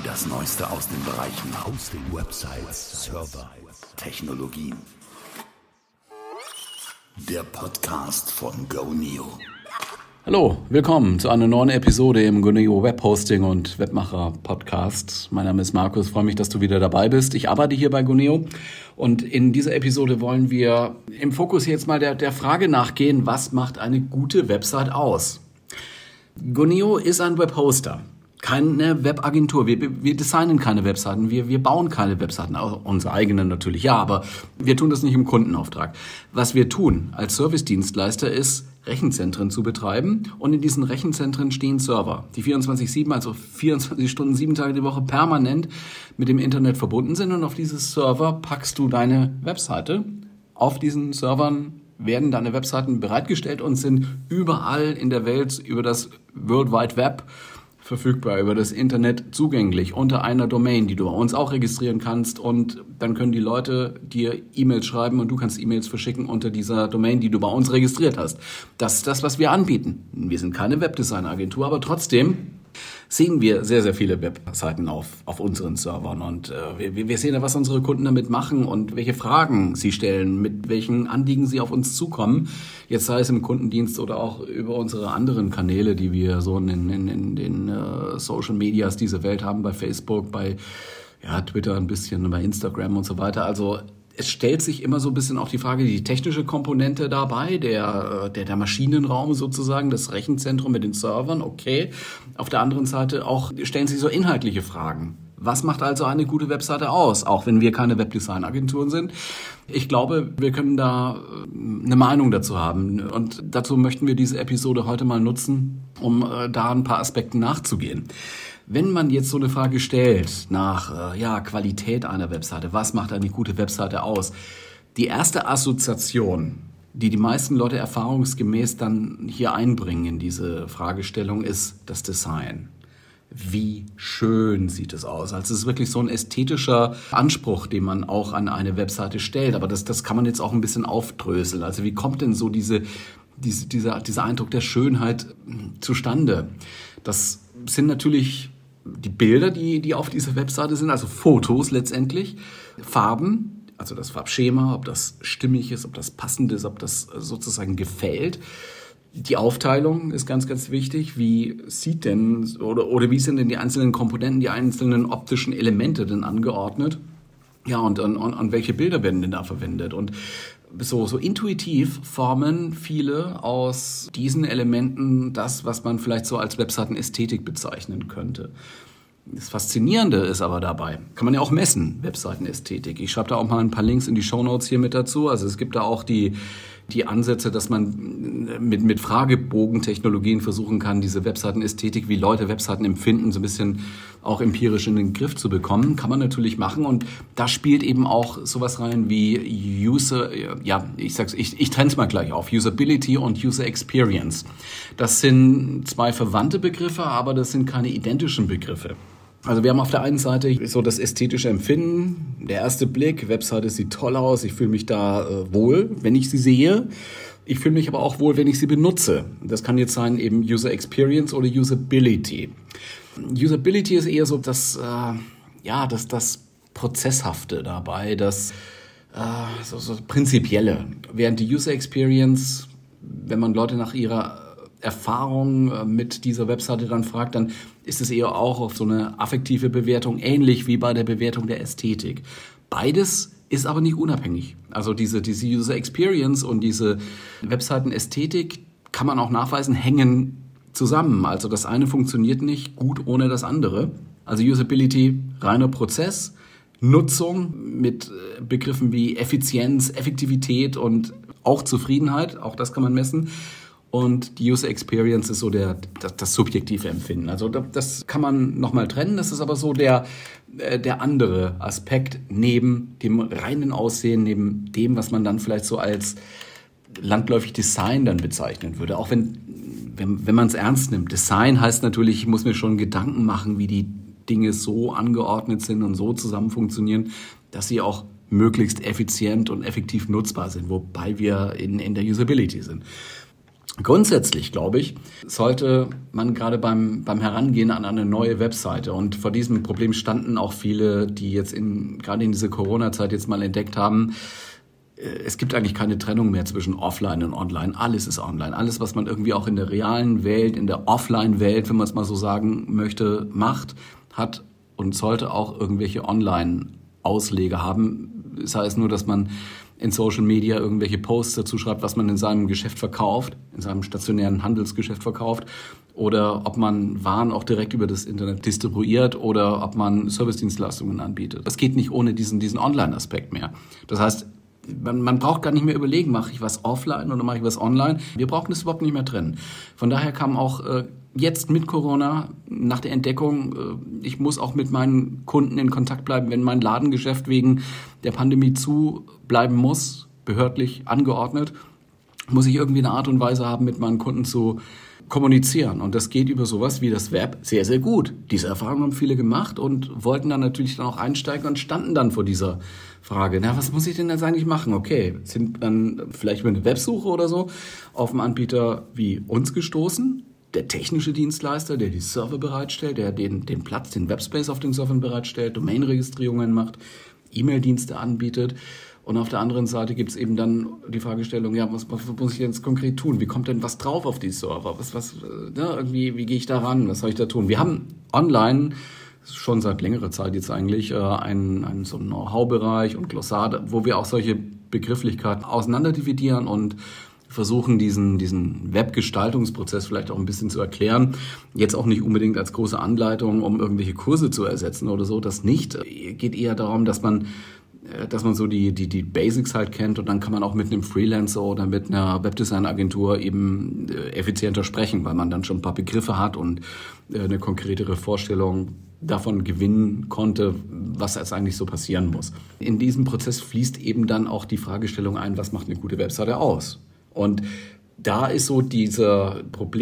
Das Neueste aus den Bereichen Hosting, Websites, Server, Technologien. Der Podcast von GoNeo. Hallo, willkommen zu einer neuen Episode im GoNeo Webhosting und Webmacher Podcast. Mein Name ist Markus, freue mich, dass du wieder dabei bist. Ich arbeite hier bei GoNeo und in dieser Episode wollen wir im Fokus jetzt mal der Frage nachgehen, was macht eine gute Website aus? GoNeo ist ein Webhoster, keine Webagentur. Wir designen keine Webseiten, wir bauen keine Webseiten, unsere eigenen natürlich, ja, aber wir tun das nicht im Kundenauftrag. Was wir tun als Service-Dienstleister ist, Rechenzentren zu betreiben, und in diesen Rechenzentren stehen Server, die 24/7, also 24 Stunden, 7 Tage die Woche permanent mit dem Internet verbunden sind, und auf diese Server packst du deine Webseite. Auf diesen Servern werden deine Webseiten bereitgestellt und sind überall in der Welt über das World Wide Web verfügbar, über das Internet zugänglich, unter einer Domain, die du bei uns auch registrieren kannst, und dann können die Leute dir E-Mails schreiben und du kannst E-Mails verschicken unter dieser Domain, die du bei uns registriert hast. Das ist das, was wir anbieten. Wir sind keine Webdesign-Agentur, aber trotzdem sehen wir sehr, sehr viele Webseiten auf unseren Servern, und wir sehen ja, was unsere Kunden damit machen und welche Fragen sie stellen, mit welchen Anliegen sie auf uns zukommen, jetzt sei es im Kundendienst oder auch über unsere anderen Kanäle, die wir so in den Social Medias dieser Welt haben, bei Facebook, bei Twitter ein bisschen, bei Instagram und so weiter. Also es stellt sich immer so ein bisschen auch die Frage, die technische Komponente dabei, der Maschinenraum sozusagen, das Rechenzentrum mit den Servern, okay. Auf der anderen Seite auch stellen sich so inhaltliche Fragen. Was macht also eine gute Webseite aus, auch wenn wir keine Webdesign-Agenturen sind? Ich glaube, wir können da eine Meinung dazu haben, und dazu möchten wir diese Episode heute mal nutzen, um da ein paar Aspekten nachzugehen. Wenn man jetzt so eine Frage stellt nach Qualität einer Webseite, was macht eine gute Webseite aus? Die erste Assoziation, die meisten Leute erfahrungsgemäß dann hier einbringen in diese Fragestellung, ist das Design. Wie schön sieht es aus? Also es ist wirklich so ein ästhetischer Anspruch, den man auch an eine Webseite stellt. Aber das kann man jetzt auch ein bisschen aufdröseln. Also wie kommt denn so dieser Eindruck der Schönheit zustande? Das sind natürlich die Bilder, die auf dieser Webseite sind, also Fotos letztendlich, Farben, also das Farbschema, ob das stimmig ist, ob das passend ist, ob das sozusagen gefällt. Die Aufteilung ist ganz, ganz wichtig. Wie sieht denn oder wie sind denn die einzelnen Komponenten, die einzelnen optischen Elemente denn angeordnet? Ja, und welche Bilder werden denn da verwendet? Und so intuitiv formen viele aus diesen Elementen das, was man vielleicht so als Webseitenästhetik bezeichnen könnte. Das Faszinierende ist aber dabei, kann man ja auch messen, Webseitenästhetik. Ich schreibe da auch mal ein paar Links in die Shownotes hier mit dazu. Also es gibt da auch die Ansätze, dass man mit Fragebogentechnologien versuchen kann, diese Webseitenästhetik, wie Leute Webseiten empfinden, so ein bisschen auch empirisch in den Griff zu bekommen. Kann man natürlich machen, und da spielt eben auch sowas rein wie ich trenne es mal gleich auf, Usability und User Experience. Das sind zwei verwandte Begriffe, aber das sind keine identischen Begriffe. Also wir haben auf der einen Seite so das ästhetische Empfinden, der erste Blick, Webseite sieht toll aus, ich fühle mich da wohl, wenn ich sie sehe. Ich fühle mich aber auch wohl, wenn ich sie benutze. Das kann jetzt sein eben User Experience oder Usability. Usability ist eher so das Prozesshafte dabei, das so Prinzipielle. Während die User Experience, wenn man Leute nach ihrer Erfahrung mit dieser Webseite dann fragt, dann ist es eher auch auf so eine affektive Bewertung, ähnlich wie bei der Bewertung der Ästhetik. Beides ist aber nicht unabhängig. Also diese User Experience und diese Webseitenästhetik, kann man auch nachweisen, hängen zusammen. Also das eine funktioniert nicht gut ohne das andere. Also Usability, reiner Prozess, Nutzung mit Begriffen wie Effizienz, Effektivität und auch Zufriedenheit, auch das kann man messen. Und die User Experience ist so das subjektive Empfinden. Also das kann man nochmal trennen. Das ist aber so der andere Aspekt neben dem reinen Aussehen, neben dem, was man dann vielleicht so als landläufig Design dann bezeichnen würde. Auch wenn man es ernst nimmt. Design heißt natürlich, ich muss mir schon Gedanken machen, wie die Dinge so angeordnet sind und so zusammen funktionieren, dass sie auch möglichst effizient und effektiv nutzbar sind, wobei wir in der Usability sind. Grundsätzlich, glaube ich, sollte man gerade beim Herangehen an eine neue Webseite, und vor diesem Problem standen auch viele, die jetzt gerade in dieser Corona-Zeit jetzt mal entdeckt haben, es gibt eigentlich keine Trennung mehr zwischen Offline und Online. Alles ist online. Alles, was man irgendwie auch in der realen Welt, in der Offline-Welt, wenn man es mal so sagen möchte, macht, hat und sollte auch irgendwelche Online-Ausleger haben. Sei es nur, dass man in Social Media irgendwelche Posts dazu schreibt, was man in seinem Geschäft verkauft, in seinem stationären Handelsgeschäft verkauft, oder ob man Waren auch direkt über das Internet distribuiert oder ob man Servicedienstleistungen anbietet. Das geht nicht ohne diesen Online-Aspekt mehr. Das heißt, man braucht gar nicht mehr überlegen, mache ich was offline oder mache ich was online. Wir brauchen das überhaupt nicht mehr trennen. Von daher kam auch jetzt mit Corona, nach der Entdeckung, ich muss auch mit meinen Kunden in Kontakt bleiben, wenn mein Ladengeschäft wegen der Pandemie zu bleiben muss, behördlich angeordnet, muss ich irgendwie eine Art und Weise haben, mit meinen Kunden zu kommunizieren. Und das geht über sowas wie das Web sehr, sehr gut. Diese Erfahrung haben viele gemacht und wollten dann natürlich dann auch einsteigen und standen dann vor dieser Frage, was muss ich denn jetzt eigentlich machen? Okay, sind dann vielleicht über eine Websuche oder so auf einen Anbieter wie uns gestoßen, der technische Dienstleister, der die Server bereitstellt, der den Platz, den Webspace auf den Servern bereitstellt, Domain-Registrierungen macht, E-Mail-Dienste anbietet. Und auf der anderen Seite gibt es eben dann die Fragestellung, was muss ich jetzt konkret tun? Wie kommt denn was drauf auf die Server? Wie gehe ich da ran? Was soll ich da tun? Wir haben online schon seit längerer Zeit jetzt eigentlich einen so einen Know-how-Bereich und Glossar, wo wir auch solche Begrifflichkeiten auseinanderdividieren und versuchen, diesen Webgestaltungsprozess vielleicht auch ein bisschen zu erklären. Jetzt auch nicht unbedingt als große Anleitung, um irgendwelche Kurse zu ersetzen oder so. Das nicht. Geht eher darum, dass man so die Basics halt kennt, und dann kann man auch mit einem Freelancer oder mit einer Webdesign-Agentur eben effizienter sprechen, weil man dann schon ein paar Begriffe hat und eine konkretere Vorstellung davon gewinnen konnte, was jetzt eigentlich so passieren muss. In diesem Prozess fließt eben dann auch die Fragestellung ein, was macht eine gute Webseite aus? Und da ist so dieser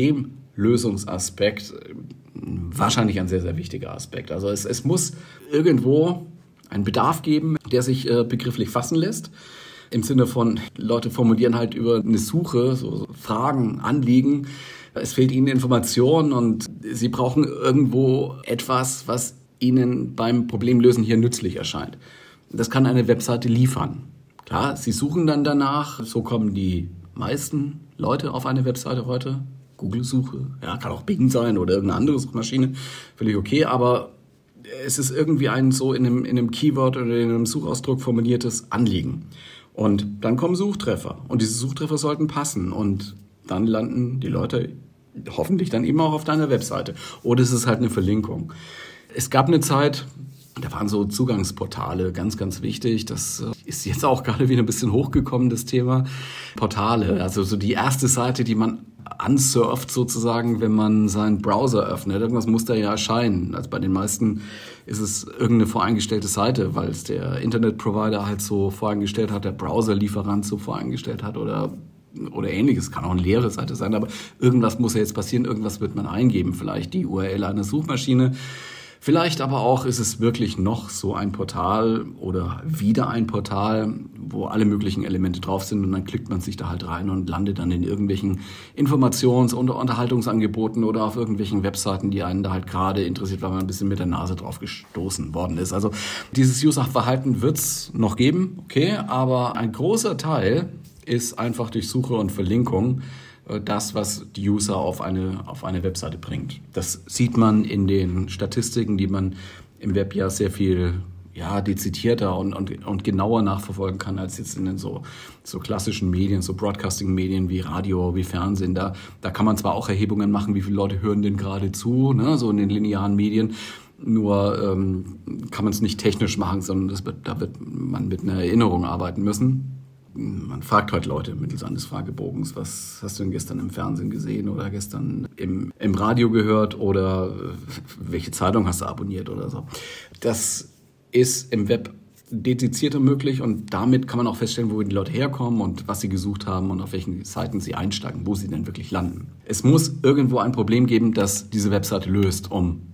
Problemlösungsaspekt wahrscheinlich ein sehr, sehr wichtiger Aspekt. Also es muss irgendwo einen Bedarf geben, der sich begrifflich fassen lässt. Im Sinne von, Leute formulieren halt über eine Suche so Fragen, Anliegen. Es fehlt ihnen Information und sie brauchen irgendwo etwas, was ihnen beim Problemlösen hier nützlich erscheint. Das kann eine Webseite liefern. Klar, sie suchen dann danach. So kommen die meisten Leute auf eine Webseite heute. Google-Suche, kann auch Bing sein oder irgendeine andere Suchmaschine. Völlig okay, aber es ist irgendwie ein so in einem Keyword oder in einem Suchausdruck formuliertes Anliegen. Und dann kommen Suchtreffer. Und diese Suchtreffer sollten passen. Und dann landen die Leute hoffentlich dann eben auch auf deiner Webseite. Oder es ist halt eine Verlinkung. Es gab eine Zeit, da waren so Zugangsportale ganz, ganz wichtig. Das ist jetzt auch gerade wieder ein bisschen hochgekommen, das Thema. Portale, also so die erste Seite, die man ansurft sozusagen, wenn man seinen Browser öffnet. Irgendwas muss da ja erscheinen. Also bei den meisten ist es irgendeine voreingestellte Seite, weil es der Internetprovider halt so voreingestellt hat, der Browserlieferant so voreingestellt hat oder Ähnliches. Kann auch eine leere Seite sein, aber irgendwas muss ja jetzt passieren. Irgendwas wird man eingeben. Vielleicht die URL einer Suchmaschine. Vielleicht aber auch ist es wirklich noch so ein Portal oder wieder ein Portal, wo alle möglichen Elemente drauf sind, und dann klickt man sich da halt rein und landet dann in irgendwelchen Informations- und Unterhaltungsangeboten oder auf irgendwelchen Webseiten, die einen da halt gerade interessiert, weil man ein bisschen mit der Nase drauf gestoßen worden ist. Also dieses User-Verhalten wird es noch geben, okay, aber ein großer Teil ist einfach durch Suche und Verlinkung das, was die User auf eine Webseite bringt. Das sieht man in den Statistiken, die man im Web ja sehr viel dezidierter und genauer nachverfolgen kann als jetzt in den so klassischen Medien, so Broadcasting-Medien wie Radio, wie Fernsehen. Da kann man zwar auch Erhebungen machen, wie viele Leute hören denn gerade zu, ne, so in den linearen Medien. Nur kann man es nicht technisch machen, sondern da wird man mit einer Erinnerung arbeiten müssen. Man fragt heute Leute mittels eines Fragebogens, was hast du denn gestern im Fernsehen gesehen oder gestern im Radio gehört oder welche Zeitung hast du abonniert oder so. Das ist im Web dedizierter möglich, und damit kann man auch feststellen, wo die Leute herkommen und was sie gesucht haben und auf welchen Seiten sie einsteigen, wo sie denn wirklich landen. Es muss irgendwo ein Problem geben, das diese Webseite löst, um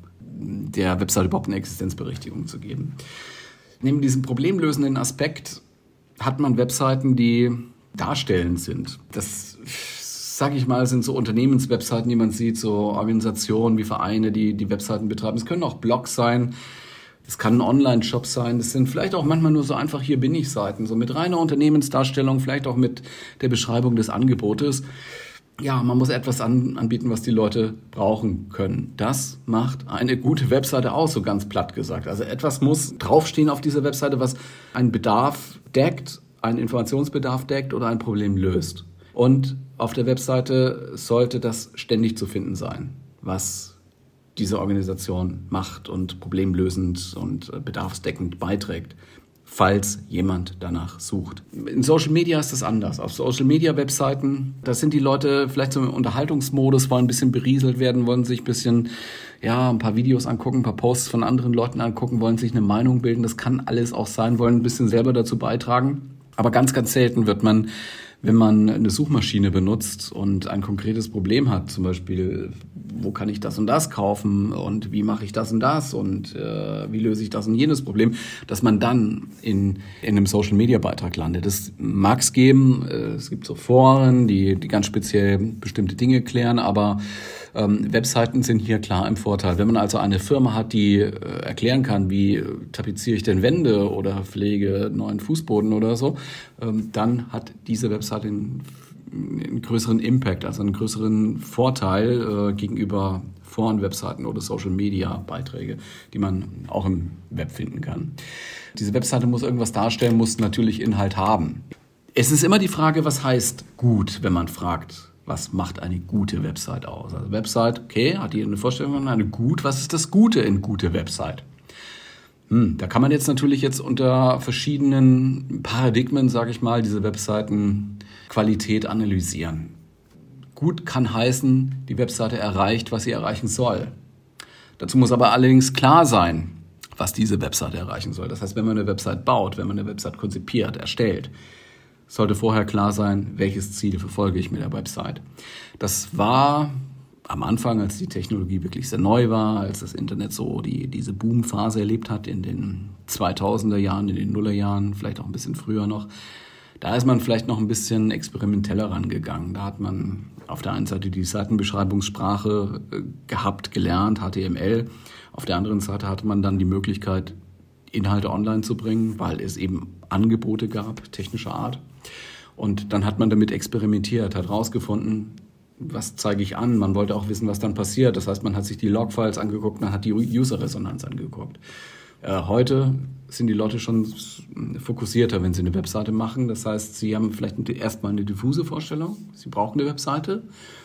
der Webseite überhaupt eine Existenzberechtigung zu geben. Neben diesem problemlösenden Aspekt hat man Webseiten, die darstellend sind. Das sage ich mal, sind so Unternehmenswebseiten, die man sieht, so Organisationen wie Vereine, die Webseiten betreiben. Es können auch Blogs sein, es kann ein Online-Shop sein, es sind vielleicht auch manchmal nur so einfach hier bin ich Seiten, so mit reiner Unternehmensdarstellung, vielleicht auch mit der Beschreibung des Angebotes. Ja, man muss etwas anbieten, was die Leute brauchen können. Das macht eine gute Webseite aus, so ganz platt gesagt. Also etwas muss draufstehen auf dieser Webseite, was einen Bedarf deckt, einen Informationsbedarf deckt oder ein Problem löst. Und auf der Webseite sollte das ständig zu finden sein, was diese Organisation macht und problemlösend und bedarfsdeckend beiträgt, falls jemand danach sucht. In Social Media ist das anders. Auf Social Media Webseiten, da sind die Leute vielleicht so im Unterhaltungsmodus, wollen ein bisschen berieselt werden, wollen sich ein bisschen, ein paar Videos angucken, ein paar Posts von anderen Leuten angucken, wollen sich eine Meinung bilden. Das kann alles auch sein, wollen ein bisschen selber dazu beitragen. Aber ganz, ganz selten wird man, wenn man eine Suchmaschine benutzt und ein konkretes Problem hat, zum Beispiel, wo kann ich das und das kaufen und wie mache ich das und das und wie löse ich das und jenes Problem, dass man dann in einem Social-Media-Beitrag landet. Das mag es geben, es gibt so Foren, die ganz speziell bestimmte Dinge klären, aber Webseiten sind hier klar im Vorteil. Wenn man also eine Firma hat, die erklären kann, wie tapeziere ich denn Wände oder pflege neuen Fußboden oder so, dann hat diese Webseite einen größeren Impact, also einen größeren Vorteil gegenüber Foren-Webseiten oder Social-Media-Beiträge, die man auch im Web finden kann. Diese Webseite muss irgendwas darstellen, muss natürlich Inhalt haben. Es ist immer die Frage, was heißt gut, wenn man fragt, was macht eine gute Website aus? Also Website, okay, hat die eine Vorstellung von eine gut? Was ist das Gute in gute Website? Da kann man jetzt natürlich unter verschiedenen Paradigmen, sage ich mal, diese Webseitenqualität analysieren. Gut kann heißen, die Webseite erreicht, was sie erreichen soll. Dazu muss aber allerdings klar sein, was diese Webseite erreichen soll. Das heißt, wenn man eine Website baut, wenn man eine Website konzipiert, erstellt, sollte vorher klar sein, welches Ziel verfolge ich mit der Website. Das war am Anfang, als die Technologie wirklich sehr neu war, als das Internet so diese Boomphase erlebt hat in den 2000er Jahren, in den Nullerjahren, vielleicht auch ein bisschen früher noch. Da ist man vielleicht noch ein bisschen experimenteller rangegangen. Da hat man auf der einen Seite die Seitenbeschreibungssprache gehabt, gelernt, HTML. Auf der anderen Seite hatte man dann die Möglichkeit, Inhalte online zu bringen, weil es eben Angebote gab, technischer Art. Und dann hat man damit experimentiert, hat rausgefunden, was zeige ich an. Man wollte auch wissen, was dann passiert. Das heißt, man hat sich die Logfiles angeguckt, man hat die User-Resonanz angeguckt. Heute sind die Leute schon fokussierter, wenn sie eine Webseite machen. Das heißt, sie haben vielleicht erstmal eine diffuse Vorstellung. Sie brauchen eine Webseite.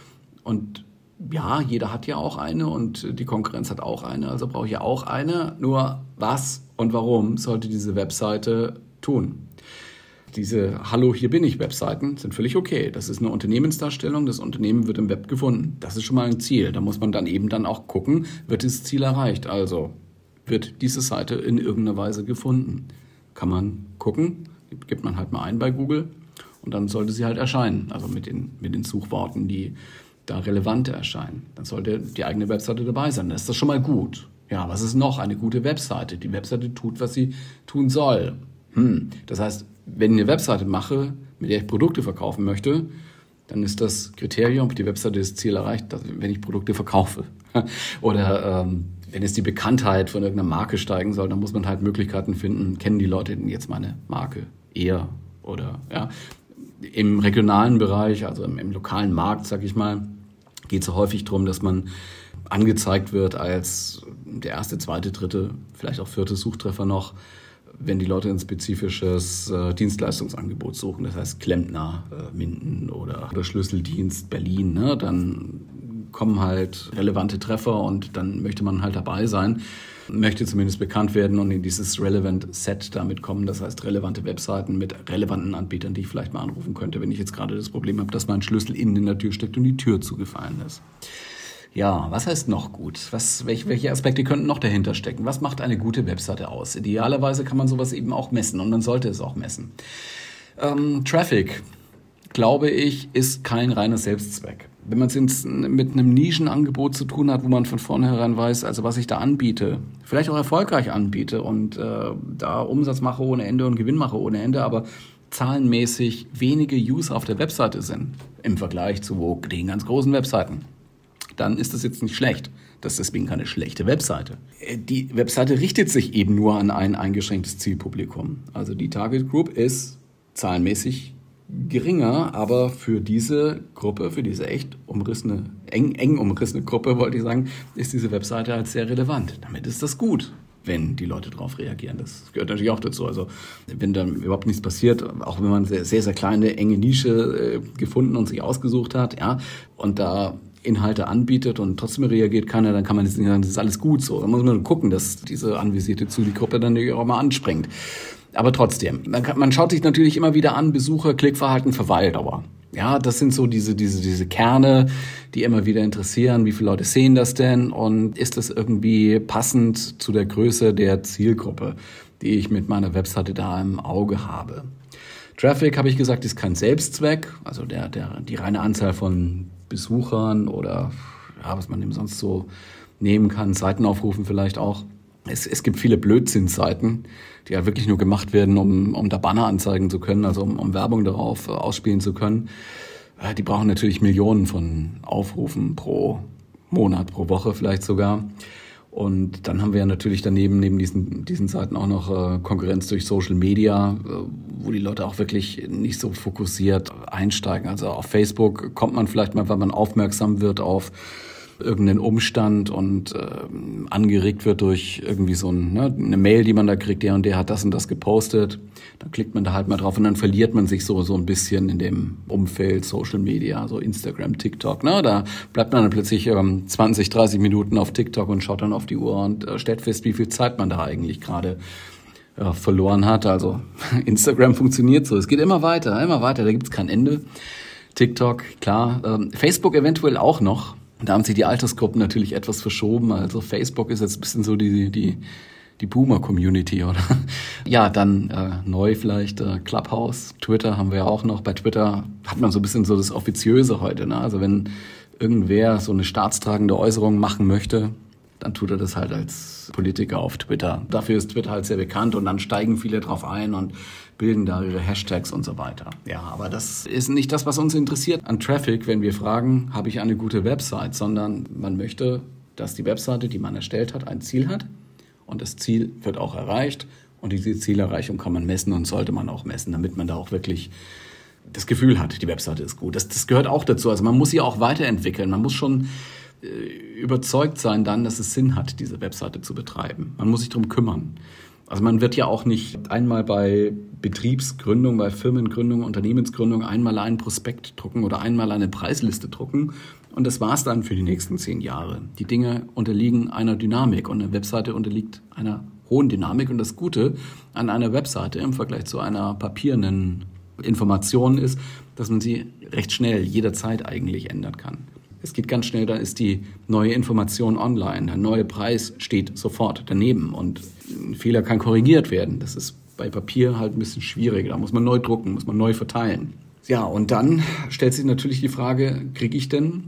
Und ja, jeder hat ja auch eine und die Konkurrenz hat auch eine, also brauche ich ja auch eine. Nur was und warum sollte diese Webseite tun? Diese Hallo, hier bin ich Webseiten sind völlig okay. Das ist eine Unternehmensdarstellung, das Unternehmen wird im Web gefunden. Das ist schon mal ein Ziel. Da muss man dann auch gucken, wird dieses Ziel erreicht? Also wird diese Seite in irgendeiner Weise gefunden? Kann man gucken, gibt man halt mal ein bei Google und dann sollte sie halt erscheinen. Also mit den Suchworten, die da relevant erscheinen. Dann sollte die eigene Webseite dabei sein. Das ist das schon mal gut. Ja, was ist noch eine gute Webseite? Die Webseite tut, was sie tun soll. Das heißt, wenn ich eine Webseite mache, mit der ich Produkte verkaufen möchte, dann ist das Kriterium, ob die Webseite das Ziel erreicht, wenn ich Produkte verkaufe. Oder wenn jetzt die Bekanntheit von irgendeiner Marke steigen soll, dann muss man halt Möglichkeiten finden, kennen die Leute denn jetzt meine Marke eher oder ja. Im regionalen Bereich, also im lokalen Markt, sag ich mal, geht es häufig darum, dass man angezeigt wird als der erste, zweite, dritte, vielleicht auch vierte Suchtreffer noch, wenn die Leute ein spezifisches Dienstleistungsangebot suchen, das heißt Klempner, Minden oder Schlüsseldienst Berlin, ne? Dann kommen halt relevante Treffer und dann möchte man halt dabei sein, möchte zumindest bekannt werden und in dieses Relevant Set damit kommen, das heißt relevante Webseiten mit relevanten Anbietern, die ich vielleicht mal anrufen könnte, wenn ich jetzt gerade das Problem habe, dass mein Schlüssel innen in der Tür steckt und die Tür zugefallen ist. Ja, was heißt noch gut? Welche Aspekte könnten noch dahinter stecken? Was macht eine gute Webseite aus? Idealerweise kann man sowas eben auch messen und man sollte es auch messen. Traffic, glaube ich, ist kein reiner Selbstzweck. Wenn man es mit einem Nischenangebot zu tun hat, wo man von vornherein weiß, also was ich da anbiete, vielleicht auch erfolgreich anbiete und da Umsatz mache ohne Ende und Gewinn mache ohne Ende, aber zahlenmäßig wenige User auf der Webseite sind, im Vergleich zu den ganz großen Webseiten, dann ist das jetzt nicht schlecht. Das ist deswegen keine schlechte Webseite. Die Webseite richtet sich eben nur an ein eingeschränktes Zielpublikum. Also die Target Group ist zahlenmäßig geringer, aber für diese Gruppe, für diese echt umrissene, eng umrissene Gruppe, wollte ich sagen, ist diese Webseite halt sehr relevant. Damit ist das gut, wenn die Leute darauf reagieren. Das gehört natürlich auch dazu. Also wenn dann überhaupt nichts passiert, auch wenn man sehr, sehr kleine, enge Nische gefunden und sich ausgesucht hat, ja, und da Inhalte anbietet und trotzdem reagiert keiner, dann kann man jetzt nicht sagen, das ist alles gut so. Da muss man gucken, dass diese anvisierte Zielgruppe dann auch mal anspringt. Aber trotzdem, man schaut sich natürlich immer wieder an, Besucher, Klickverhalten, Verweildauer. Ja, das sind so diese Kerne, die immer wieder interessieren. Wie viele Leute sehen das denn? Und ist das irgendwie passend zu der Größe der Zielgruppe, die ich mit meiner Webseite da im Auge habe? Traffic, habe ich gesagt, ist kein Selbstzweck. Also die reine Anzahl von Besuchern oder ja, was man eben sonst so nehmen kann, Seitenaufrufen vielleicht auch. Es gibt viele Blödsinnsseiten, die ja wirklich nur gemacht werden, um da Banner anzeigen zu können, also um Werbung darauf ausspielen zu können. Die brauchen natürlich Millionen von Aufrufen pro Monat, pro Woche vielleicht sogar. Und dann haben wir ja natürlich daneben, neben diesen Seiten auch noch Konkurrenz durch Social Media, wo die Leute auch wirklich nicht so fokussiert einsteigen. Also auf Facebook kommt man vielleicht mal, weil man aufmerksam wird auf irgendeinen Umstand und angeregt wird durch irgendwie so eine Mail, die man da kriegt, der und der hat das und das gepostet. Dann klickt man da halt mal drauf und dann verliert man sich so ein bisschen in dem Umfeld Social Media, so Instagram, TikTok. Ne? Da bleibt man dann plötzlich 20, 30 Minuten auf TikTok und schaut dann auf die Uhr und stellt fest, wie viel Zeit man da eigentlich gerade verloren hat. Also Instagram funktioniert so. Es geht immer weiter. Da gibt es kein Ende. TikTok, klar. Facebook eventuell auch noch. Da haben sich die Altersgruppen natürlich etwas verschoben. Also Facebook ist jetzt ein bisschen so die Boomer-Community, oder? Ja, dann neu vielleicht Clubhouse. Twitter haben wir ja auch noch. Bei Twitter hat man so ein bisschen so das Offiziöse heute. Ne? Also wenn irgendwer so eine staatstragende Äußerung machen möchte, dann tut er das halt als Politiker auf Twitter. Dafür ist Twitter halt sehr bekannt und dann steigen viele drauf ein und bilden da ihre Hashtags und so weiter. Ja, aber das ist nicht das, was uns interessiert an Traffic, wenn wir fragen, habe ich eine gute Website, sondern man möchte, dass die Webseite, die man erstellt hat, ein Ziel hat und das Ziel wird auch erreicht und diese Zielerreichung kann man messen und sollte man auch messen, damit man da auch wirklich das Gefühl hat, die Webseite ist gut. Das gehört auch dazu. Also man muss sie auch weiterentwickeln. Man muss schon überzeugt sein dann, dass es Sinn hat, diese Webseite zu betreiben. Man muss sich darum kümmern. Also man wird ja auch nicht einmal bei Betriebsgründung, bei Firmengründung, Unternehmensgründung einmal einen Prospekt drucken oder einmal eine Preisliste drucken und das war's dann für die nächsten 10 Jahre. Die Dinge unterliegen einer Dynamik und eine Webseite unterliegt einer hohen Dynamik und das Gute an einer Webseite im Vergleich zu einer papierenden Information ist, dass man sie recht schnell jederzeit eigentlich ändern kann. Es geht ganz schnell, dann ist die neue Information online, der neue Preis steht sofort daneben und ein Fehler kann korrigiert werden. Das ist bei Papier halt ein bisschen schwieriger, da muss man neu drucken, muss man neu verteilen. Ja, und dann stellt sich natürlich die Frage, kriege ich denn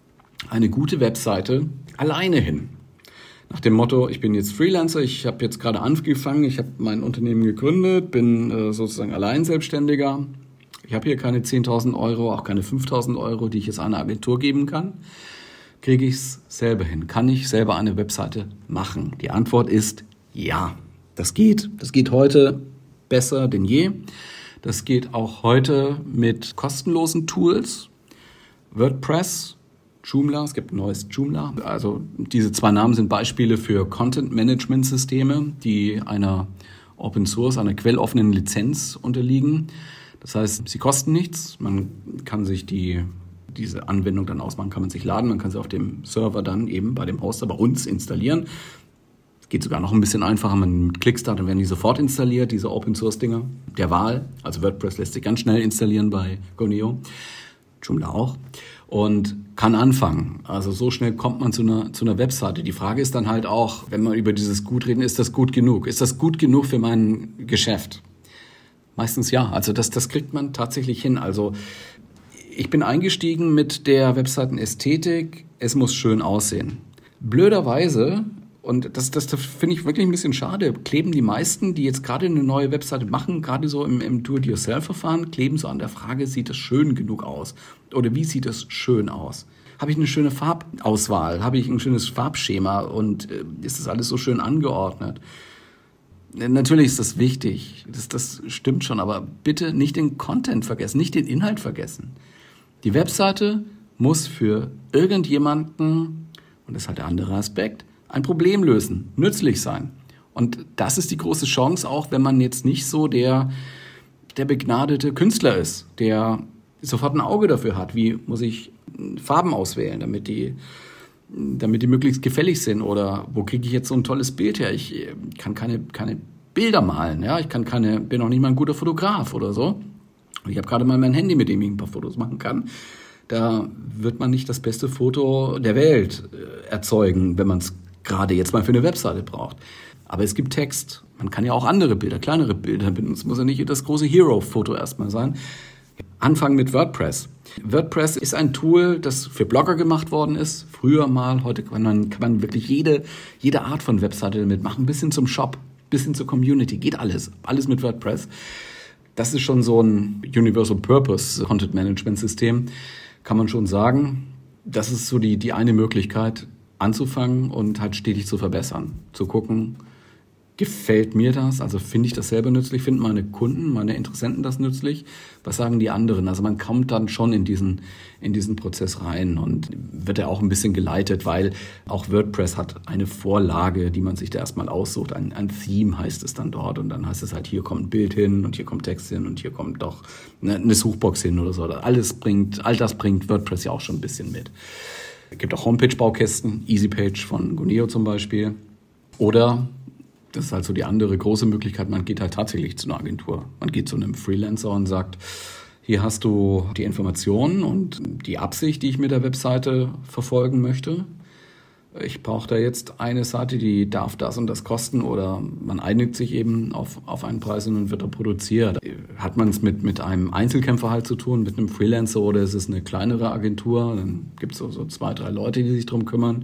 eine gute Webseite alleine hin? Nach dem Motto, ich bin jetzt Freelancer, ich habe jetzt gerade angefangen, ich habe mein Unternehmen gegründet, bin sozusagen Alleinselbstständiger. Ich habe hier keine 10.000 Euro, auch keine 5.000 Euro, die ich jetzt einer Agentur geben kann. Kriege ich es selber hin? Kann ich selber eine Webseite machen? Die Antwort ist ja. Das geht. Das geht heute besser denn je. Das geht auch heute mit kostenlosen Tools. WordPress, Joomla, es gibt ein neues Joomla. Also diese 2 Namen sind Beispiele für Content-Management-Systeme, die einer Open Source, einer quelloffenen Lizenz unterliegen. Das heißt, sie kosten nichts. Man kann sich diese Anwendung dann ausmachen, kann man sich laden. Man kann sie auf dem Server dann eben bei dem Hoster bei uns installieren. Geht sogar noch ein bisschen einfacher. Man mit Klickstart, dann werden die sofort installiert, diese Open-Source-Dinger der Wahl. Also WordPress lässt sich ganz schnell installieren bei Goneo. Joomla auch. Und kann anfangen. Also so schnell kommt man zu einer Webseite. Die Frage ist dann halt auch, wenn wir über dieses Gut reden, ist das gut genug? Ist das gut genug für mein Geschäft? Meistens ja, also das kriegt man tatsächlich hin. Also ich bin eingestiegen mit der Webseitenästhetik, es muss schön aussehen. Blöderweise, Und das finde ich wirklich ein bisschen schade. Kleben die meisten, die jetzt gerade eine neue Webseite machen, gerade so im Do-it-yourself-Verfahren, kleben so an der Frage, sieht das schön genug aus? Oder wie sieht das schön aus? Habe ich eine schöne Farbauswahl? Habe ich ein schönes Farbschema? Und ist das alles so schön angeordnet? Natürlich ist das wichtig, das stimmt schon, aber bitte nicht den Content vergessen, nicht den Inhalt vergessen. Die Webseite muss für irgendjemanden, und das ist halt der andere Aspekt, ein Problem lösen, nützlich sein. Und das ist die große Chance, auch wenn man jetzt nicht so der begnadete Künstler ist, der sofort ein Auge dafür hat, wie muss ich Farben auswählen, damit die möglichst gefällig sind, oder wo kriege ich jetzt so ein tolles Bild her? Ich kann keine Bilder malen, ja, bin auch nicht mal ein guter Fotograf oder so. Und ich habe gerade mal mein Handy, mit dem ich ein paar Fotos machen kann. Da wird man nicht das beste Foto der Welt erzeugen, wenn man es gerade jetzt mal für eine Webseite braucht. Aber es gibt Text. Man kann ja auch andere Bilder, kleinere Bilder benutzen. Es muss ja nicht das große Hero-Foto erstmal sein. Anfangen mit WordPress. WordPress ist ein Tool, das für Blogger gemacht worden ist. Früher mal, heute kann man wirklich jede Art von Webseite damit machen. Bis hin zum Shop, bis hin zur Community. Geht alles. Alles mit WordPress. Das ist schon so ein Universal Purpose Content Management System. Kann man schon sagen. Das ist so die eine Möglichkeit, anzufangen und halt stetig zu verbessern. Zu gucken, gefällt mir das? Also finde ich das selber nützlich? Finden meine Kunden, meine Interessenten das nützlich? Was sagen die anderen? Also man kommt dann schon in diesen Prozess rein und wird ja auch ein bisschen geleitet, weil auch WordPress hat eine Vorlage, die man sich da erstmal aussucht. Ein Theme heißt es dann dort, und dann heißt es halt, hier kommt ein Bild hin und hier kommt Text hin und hier kommt doch eine Suchbox hin oder so. All das bringt WordPress ja auch schon ein bisschen mit. Es gibt auch Homepage-Baukästen, EasyPage von Guneo zum Beispiel. Oder, das ist halt so die andere große Möglichkeit, man geht halt tatsächlich zu einer Agentur. Man geht zu einem Freelancer und sagt, hier hast du die Informationen und die Absicht, die ich mit der Webseite verfolgen möchte. Ich brauche da jetzt eine Seite, die darf das und das kosten, oder man einigt sich eben auf einen Preis und dann wird er produziert. Hat man es mit einem Einzelkämpfer halt zu tun, mit einem Freelancer, oder ist es eine kleinere Agentur? Dann gibt es so 2, 3 Leute, die sich drum kümmern.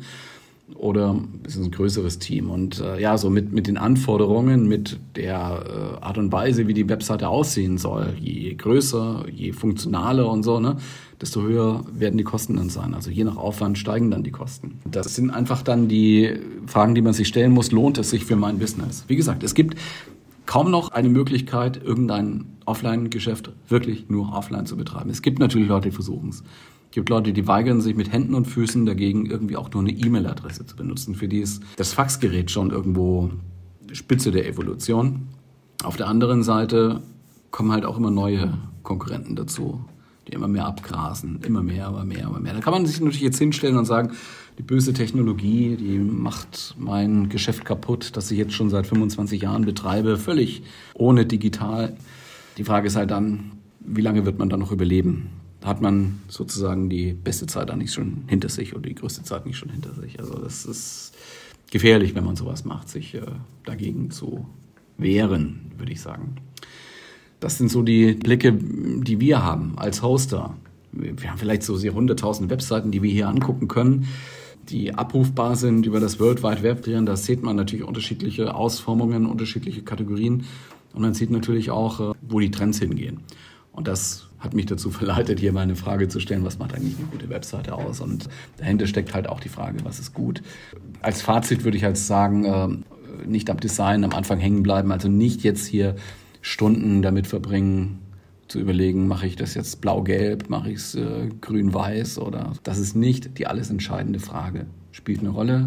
Oder ist es ein größeres Team? Und so mit den Anforderungen, mit der Art und Weise, wie die Webseite aussehen soll, je größer, je funktionaler und so, ne, desto höher werden die Kosten dann sein. Also je nach Aufwand steigen dann die Kosten. Das sind einfach dann die Fragen, die man sich stellen muss. Lohnt es sich für mein Business? Wie gesagt, es gibt kaum noch eine Möglichkeit, irgendein Offline-Geschäft wirklich nur offline zu betreiben. Es gibt natürlich Leute, die versuchen es. Es gibt Leute, die weigern sich mit Händen und Füßen dagegen, irgendwie auch nur eine E-Mail-Adresse zu benutzen. Für die ist das Faxgerät schon irgendwo Spitze der Evolution. Auf der anderen Seite kommen halt auch immer neue Konkurrenten dazu, die immer mehr abgrasen, immer mehr. Da kann man sich natürlich jetzt hinstellen und sagen, die böse Technologie, die macht mein Geschäft kaputt, das ich jetzt schon seit 25 Jahren betreibe, völlig ohne digital. Die Frage ist halt dann, wie lange wird man dann noch überleben? Hat man sozusagen die beste Zeit dann nicht schon hinter sich oder die größte Zeit nicht schon hinter sich? Also das ist gefährlich, wenn man sowas macht, sich dagegen zu wehren, würde ich sagen. Das sind so die Blicke, die wir haben als Hoster. Wir haben vielleicht so 100.000 Webseiten, die wir hier angucken können, die abrufbar sind über das World Wide Web. Da sieht man natürlich unterschiedliche Ausformungen, unterschiedliche Kategorien. Und man sieht natürlich auch, wo die Trends hingehen. Und das hat mich dazu verleitet, hier mal eine Frage zu stellen, was macht eigentlich eine gute Webseite aus? Und dahinter steckt halt auch die Frage, was ist gut? Als Fazit würde ich halt sagen, nicht am Design am Anfang hängen bleiben, also nicht jetzt hier Stunden damit verbringen, zu überlegen, mache ich das jetzt blau-gelb, mache ich es grün-weiß, oder das ist nicht die alles entscheidende Frage. Spielt eine Rolle,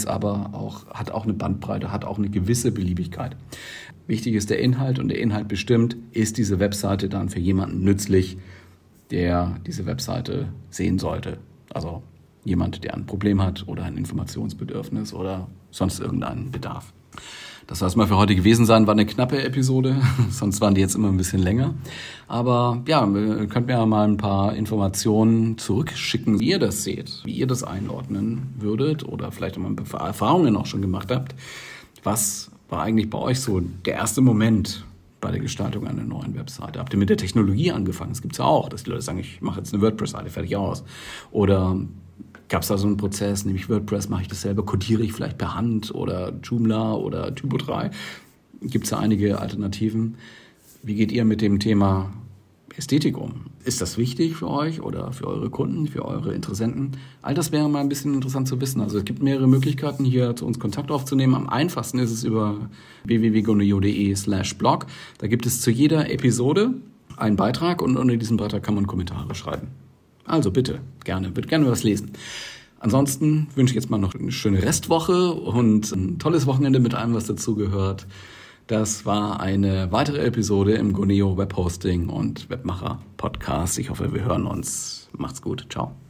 hat auch eine Bandbreite, hat auch eine gewisse Beliebigkeit. Wichtig ist der Inhalt, und der Inhalt bestimmt, ist diese Webseite dann für jemanden nützlich, der diese Webseite sehen sollte. Also jemand, der ein Problem hat oder ein Informationsbedürfnis oder sonst irgendeinen Bedarf. Das soll es mal für heute gewesen sein. War eine knappe Episode, sonst waren die jetzt immer ein bisschen länger. Aber ja, ihr könnt mir ja mal ein paar Informationen zurückschicken, wie ihr das seht, wie ihr das einordnen würdet oder vielleicht mal ein paar Erfahrungen auch schon gemacht habt. Was war eigentlich bei euch so der erste Moment bei der Gestaltung einer neuen Webseite? Habt ihr mit der Technologie angefangen? Das gibt's ja auch, dass die Leute sagen, ich mache jetzt eine WordPress-Seite, fertig aus. Oder Gab es da so einen Prozess, nämlich WordPress, mache ich das selber, codiere ich vielleicht per Hand oder Joomla oder Typo 3? Gibt es da einige Alternativen? Wie geht ihr mit dem Thema Ästhetik um? Ist das wichtig für euch oder für eure Kunden, für eure Interessenten? All das wäre mal ein bisschen interessant zu wissen. Also es gibt mehrere Möglichkeiten, hier zu uns Kontakt aufzunehmen. Am einfachsten ist es über www.goneo.de/blog. Da gibt es zu jeder Episode einen Beitrag und unter diesem Beitrag kann man Kommentare schreiben. Also bitte, würde gerne was lesen. Ansonsten wünsche ich jetzt mal noch eine schöne Restwoche und ein tolles Wochenende mit allem, was dazugehört. Das war eine weitere Episode im Goneo Webhosting und Webmacher Podcast. Ich hoffe, wir hören uns. Macht's gut. Ciao.